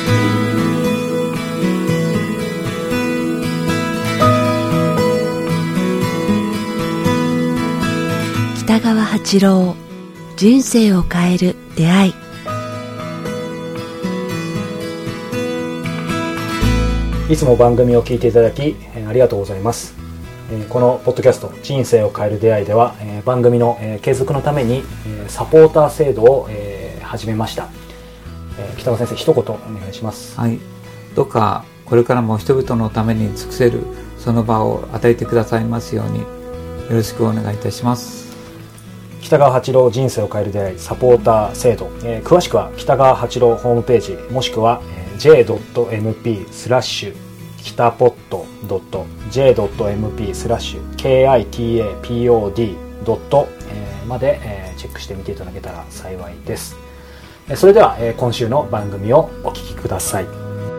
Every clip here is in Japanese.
北川八郎、人生を変える出会い。 いつも番組を聞いていただきありがとうございます。このポッドキャスト人生を変える出会いでは番組の継続のためにサポーター制度を始めました。北川先生、一言お願いします。 はい、どうかこれからも人々のために尽くせるその場を与えてくださいますようによろしくお願いいたします。 北川八郎人生を変える出会いサポーター制度、詳しくは北川八郎ホームページもしくはj.mp/ 北ポッド j.mp/kitapod. までチェックしてみていただけたら幸いです。それでは今週の番組をお聞きください。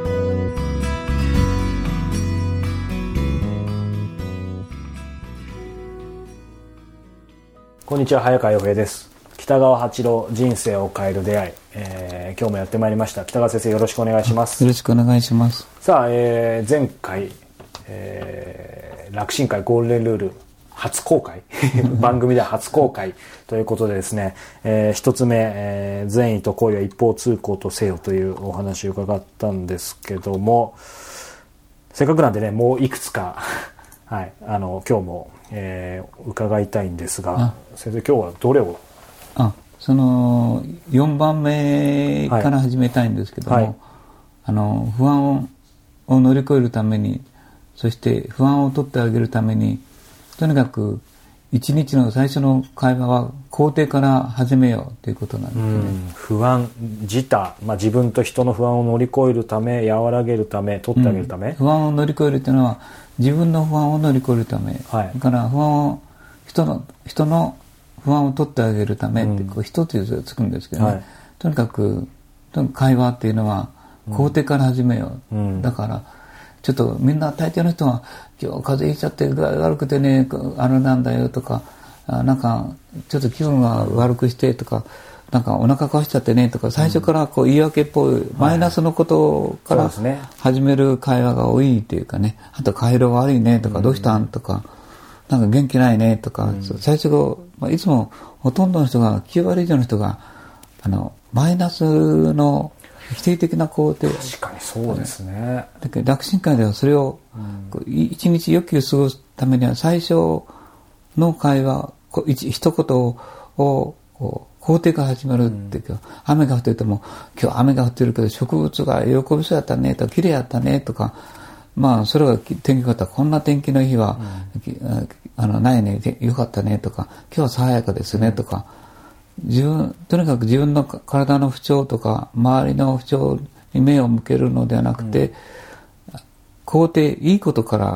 こんにちは、早川洋平です。北川八郎人生を変える出会い、今日もやってまいりました。北川先生、よろしくお願いします。 よろしくお願いします。 さあ、前回、楽神会ゴールデンルール初公開番組では初公開ということでですね、一つ目、善意と行為は一方通行とせよというお話を伺ったんですけども、せっかくなんでね、もういくつかはい、今日も、伺いたいんですが、先生、今日はどれを？ その4番目から始めたいんですけども、はい、不安を乗り越えるために、そして不安を取ってあげるために、とにかく一日の最初の会話は肯定から始めようということなんですね。 不安自他、自分と人の不安を乗り越えるため、和らげるため、取ってあげるため、 不安を乗り越えるというのは自分の不安を乗り越えるため、はい、だから不安を人の不安を取ってあげるためって、人という字がつくんですけどね、はい、とにかく会話っていうのは肯定から始めよう、だからちょっとみんな大抵の人は今日風邪ひいちゃって悪くてねなんだよとか、なんかちょっと気分が悪くしてとか、なんかお腹壊しちゃってねとか、最初から言い訳っぽいマイナスのことから始める会話が多いというかね、あと顔色悪いねとか、どうしたんとか、なんか元気ないねとか、最初いつもほとんどの人が9割以上の人がマイナスの否定的な肯定。 確かにそうですね。 だけど楽神会ではそれを一日よく過ごすためには、最初の会話一言を肯定から始まるっていうか、雨が降ってても今日雨が降ってるけど植物が喜びそうやったねとか綺麗やったねとか、それが天気があったらこんな天気の日は、ないねよかったねとか、今日は爽やかですねとか、とにかく自分の体の不調とか周りの不調に目を向けるのではなくて、肯定いいことから、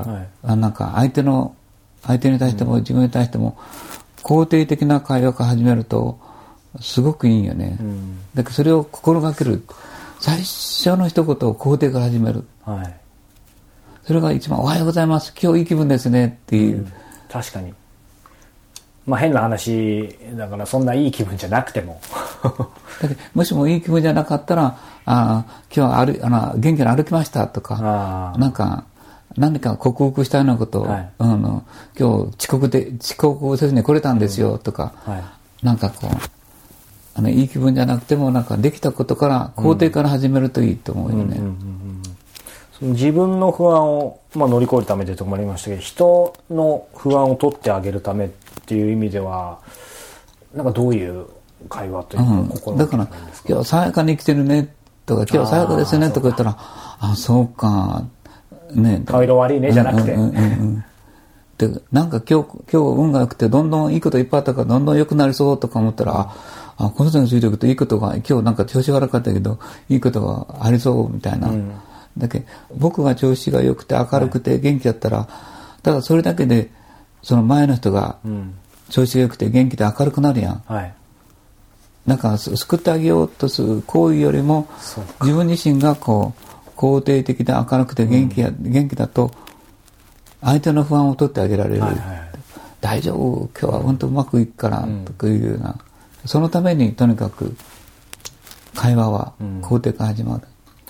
なんか相手に対しても自分に対しても肯定的な会話から始めるとすごくいいよね、だからそれを心がける。最初の一言を肯定から始める、はい、それが一番おはようございます今日いい気分ですねっていう、 確かに変な話だから、そんないい気分じゃなくてもだけどもしもいい気分じゃなかったら、今日は元気に歩きましたとか、何か克服したようなことを、はい、今日遅刻をせずに来れたんですよとか、なんかいい気分じゃなくてもなんかできたことから肯定から始めるといいと思うよね。 自分の不安を、乗り越えるためというところもありましたけど、人の不安を取ってあげるためっていう意味では、なんかどういう会話というか心がけるんですか？ だから今日爽やかに生きてるねとか、今日爽やかですねとか言ったら、そうかね、 顔色悪いねじゃなくて、 でなんか今日運が良くてどんどんいいこといっぱいあったからどんどん良くなりそうとか思ったら、この人についていくといいことが、今日なんか調子悪かったけどいいことがありそうみたいな、だけど僕が調子が良くて明るくて元気だったら、だからそれだけでその前の人が調子が良くて元気で明るくなるやん、なんか救ってあげようとする行為よりも自分自身が肯定的で明るくて元気だと相手の不安を取ってあげられる、大丈夫今日は本当うまくいくからというような、そのためにとにかく会話は肯定から始まる。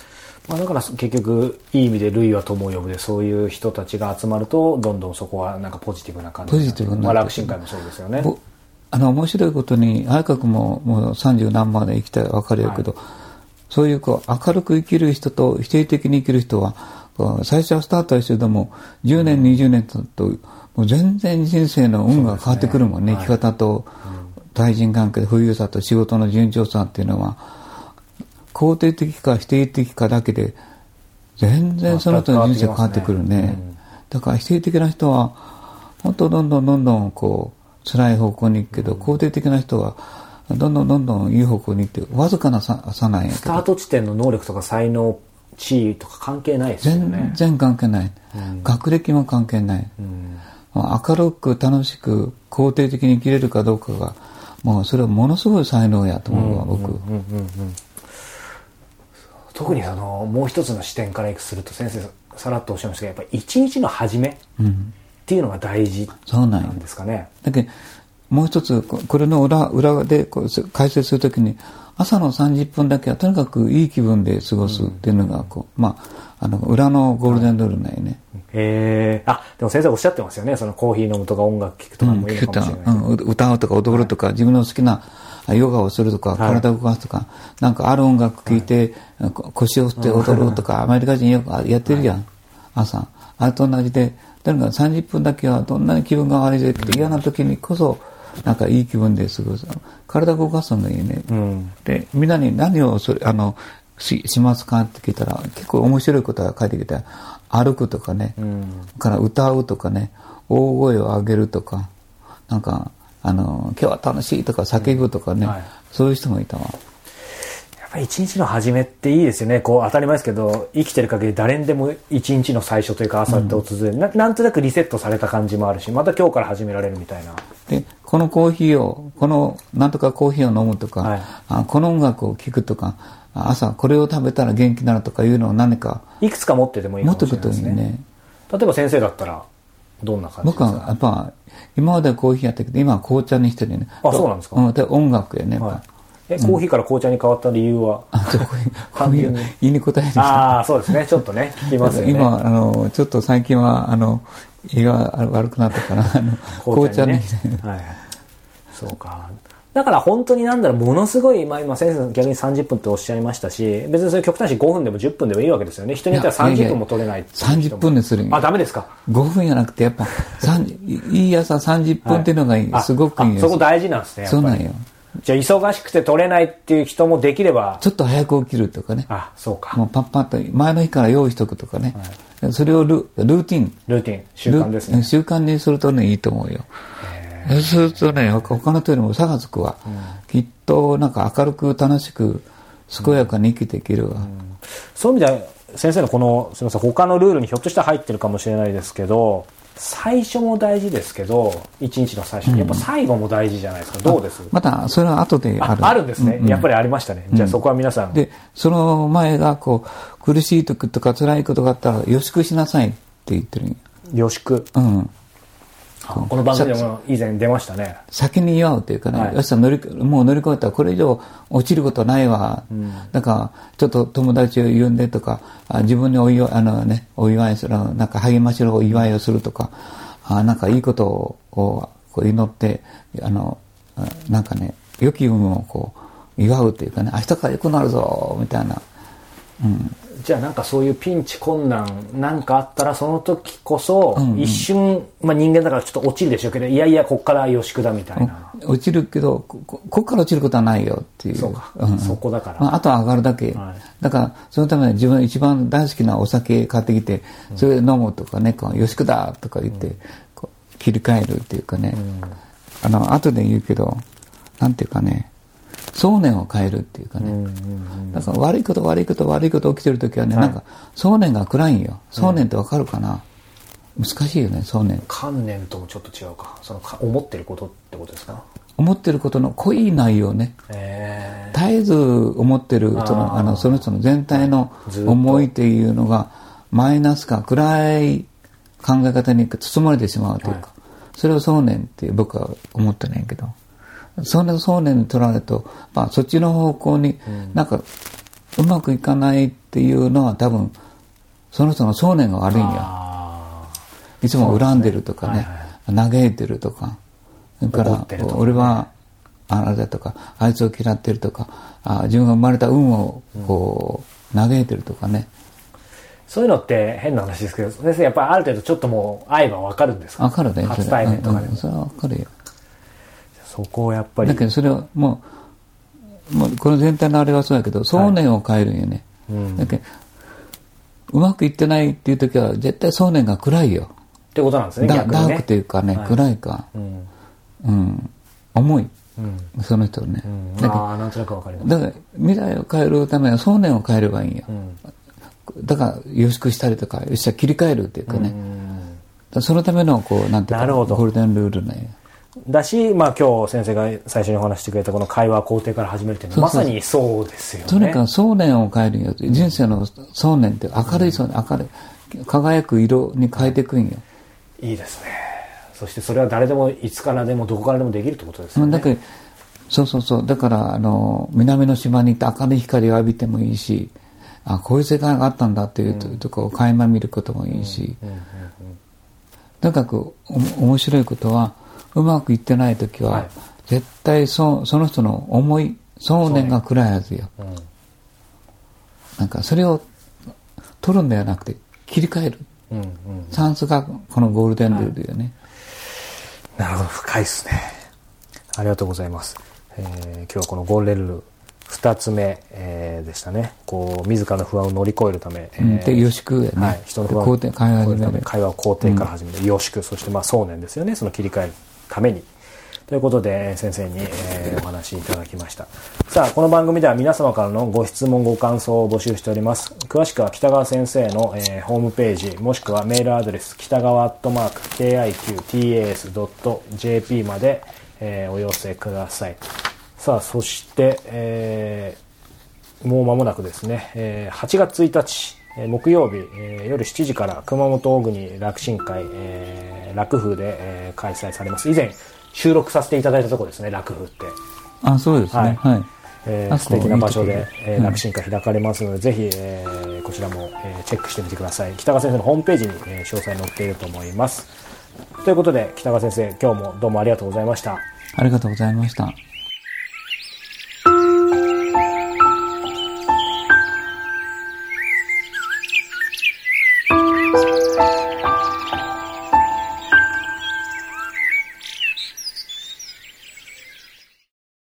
まあ、だから結局いい意味で類は友を呼ぶで、そういう人たちが集まるとどんどんそこはなんかポジティブな感じになって、まあ、楽神会もそうですよね。 面白いことに愛覚ももう30何まで生きて分かるけど、はい、そういう明るく生きる人と否定的に生きる人は最初はスタートは一緒でも10年20年ともう全然人生の運が変わってくるもんね。生き方と対人関係で富裕さと仕事の順調さっていうのは肯定的か否定的かだけで全然その人の人生変わってくるね。だから否定的な人は本当どんどん辛い方向に行くけど、肯定的な人はどんどんいい方向に行ってわずかな差なんやけど、 スタート地点の能力とか才能地位とか関係ないですよね。 全然関係ない、学歴も関係ない、明るく楽しく肯定的に生きれるかどうかがもうそれはものすごい才能やと思うわ、僕。 特にもう一つの視点からいくすると先生さらっとおっしゃいましたけど、やっぱり一日の始めっていうのが大事なんですかね。 だけどもう一つこれの裏で解説するときに朝の30分だけはとにかくいい気分で過ごすっていうのが裏のゴールデンルールなんよね。 でも先生おっしゃってますよね。そのコーヒー飲むとか音楽聴くとかもいいのかもしれない、 歌うとか踊るとか、自分の好きなヨガをするとか、体を動かすとか、なんかある音楽聴いて、腰を振って踊るとか、アメリカ人よくやってるやん、朝。あれと同じで、だから30分だけはどんなに気分が悪いでって嫌な時にこそ、なんかいい気分で過ごす。体を動かすのがいいね。で、みんなに何をしますかって聞いたら、結構面白いことが書いてきた。歩くとかね、から歌うとかね、大声を上げるとか、なんか、今日は楽しいとか叫ぶとかね、そういう人もいたわ。 やっぱり一日の始めっていいですよね。当たり前ですけど、生きてる限り誰にでも一日の最初というか朝って訪れる、なんとなくリセットされた感じもあるし、また今日から始められるみたいな。 で、このコーヒーを、なんとかコーヒーを飲むとか、この音楽を聴くとか、朝これを食べたら元気になるとかいうのを何かいくつか持っててもいいかもしれないですね。持ってくといいね。例えば先生だったらどんな感じですか？ 僕はやっぱ今まではコーヒーやったけど今は紅茶にしてるよね。 そうなんですか？ で音楽やね。 コーヒーから紅茶に変わった理由は？ 言いに答えでした。 そうですね。ちょっとね聞きますよね。 今ちょっと最近は胃が悪くなったから紅茶にしてる。 そうか。だから本当にものすごい、今先生逆に30分っておっしゃいましたし、別にそれ極端に5分でも10分でもいいわけですよね。人によっては30分も取れないっていう人も。 30分でするんよ。 ダメですか ？5分じゃなくてやっぱいい朝30分っていうのがいい、すごくいいよ。 そこ大事なんですね。 そうなんよ。 じゃあ忙しくて取れないっていう人もできればちょっと早く起きるとかね。 そうか。 もうパッパッと前の日から用意しとくとかね。それをルーティン習慣ですね。 習慣にするとねいいと思うよ。そうするとね他の人よりも差がつくわ、きっとなんか明るく楽しく健やかに生きていけるわ、 そういう意味では先生のすみません他のルールにひょっとしたら入ってるかもしれないですけど、最初も大事ですけど一日の最初、やっぱ最後も大事じゃないですか。どうです？ またそれは後であるんですね、やっぱりありましたね。じゃあそこは皆さんでその前が苦しい時とか辛いことがあったら予祝しなさいって言ってるんよ。 予祝。この番組でも以前出ましたね。 先に祝うというかね、よしもう乗り越えたらこれ以上落ちることないわ、だからちょっと友達を呼んでとか、自分にお祝いする、なんか励ましのお祝いをするとか、なんかいいことを祈って、なんかね良き運を祝うというかね、明日から良くなるぞみたいな。 じゃあなんかそういうピンチ困難なんかあったらその時こそ一瞬、人間だからちょっと落ちるでしょうけど、いやいやこっから予祝だみたいな。 落ちるけどこっから落ちることはないよっていう。 そうか、そこだから、 あとは上がるだけ、だからそのために自分一番大好きなお酒買ってきてそれで飲むとかね、予祝だとか言って切り替えるっていうかね、後で言うけどなんていうかね、想念を変えるっていうかね、だから悪いこと起きてる時はね、なんか想念が暗いんよ。想念ってわかるかな、難しいよね想念。 観念ともちょっと違うか。思ってることってことですか？ 思ってることの濃い内容ね、絶えず思ってるその人の全体の思いっていうのがマイナスか暗い考え方に包まれてしまうというか、それを想念って僕は思ってないけど、その想念にとられると、そっちの方向になんかうまくいかないっていうのは多分その人の想念が悪いんよ。いつも恨んでるとかね、嘆いてるとか、それから俺はあれだとか、あいつを嫌ってるとか、自分が生まれた運をこう嘆いてるとかね。 そういうのって変な話ですけど、先生やっぱりある程度ちょっともう愛は分かるんですか？ 分かるね。 初対面とかでも。 それは分かるよ。 そこをやっぱり。 だけどそれはもうこの全体のあれはそうだけど、想念を変えるんよね。だけどうまくいってないっていう時は絶対想念が暗いよ。 ってことなんですね。逆にね。 ダークっていうかね、暗いか、重い、その人ね。 なんとなくわかります。 だから未来を変えるためには想念を変えればいいんよ。だから予祝したりとか、よっしゃ切り替えるっていうかね。そのためのこうなんていうかゴールデンルールね。 だし、今日先生が最初にお話してくれたこの会話肯定から始めるっていうのはまさにそうですよね。 とにかく想念を変えるんよ。人生の想念って明るい想念、明るい輝く色に変えていくんよ。 いいですね。そしてそれは誰でもいつからでもどこからでもできるってことですよね。 だからそうだから南の島に行って明るい光を浴びてもいいし、こういう世界があったんだっていうところを垣間見ることもいいし、とにかく面白いことはうまくいってない時は、絶対その人の思い想念が暗いはずよ。なんかそれを取るんではなくて切り替える。チャンスがこのゴールデンルールよね。 なるほど、深いですね。ありがとうございます。今日はこのゴールデンルール2つ目、でしたね。こう自らの不安を乗り越えるため、 で予祝やね。 人の不安を会話を肯定から始める予祝、そして想念ですよね。その切り替えるために。ということで先生に、お話しいただきました。さあ、この番組では皆様からのご質問ご感想を募集しております。詳しくは北川先生の、ホームページもしくはメールアドレス北川@kiqtas.jp まで、お寄せください。さあ、そして、もう間もなくですね、8月1日、木曜日、夜7時から熊本小国楽神会、楽風で、開催されます。以前収録させていただいたところですね、楽風って。 そうですね。はい。 素敵な場所で、楽神会開かれますので、ぜひ、こちらも、チェックしてみてください。北川先生のホームページに、詳細載っていると思います。ということで、北川先生、今日もどうもありがとうございました。 ありがとうございました。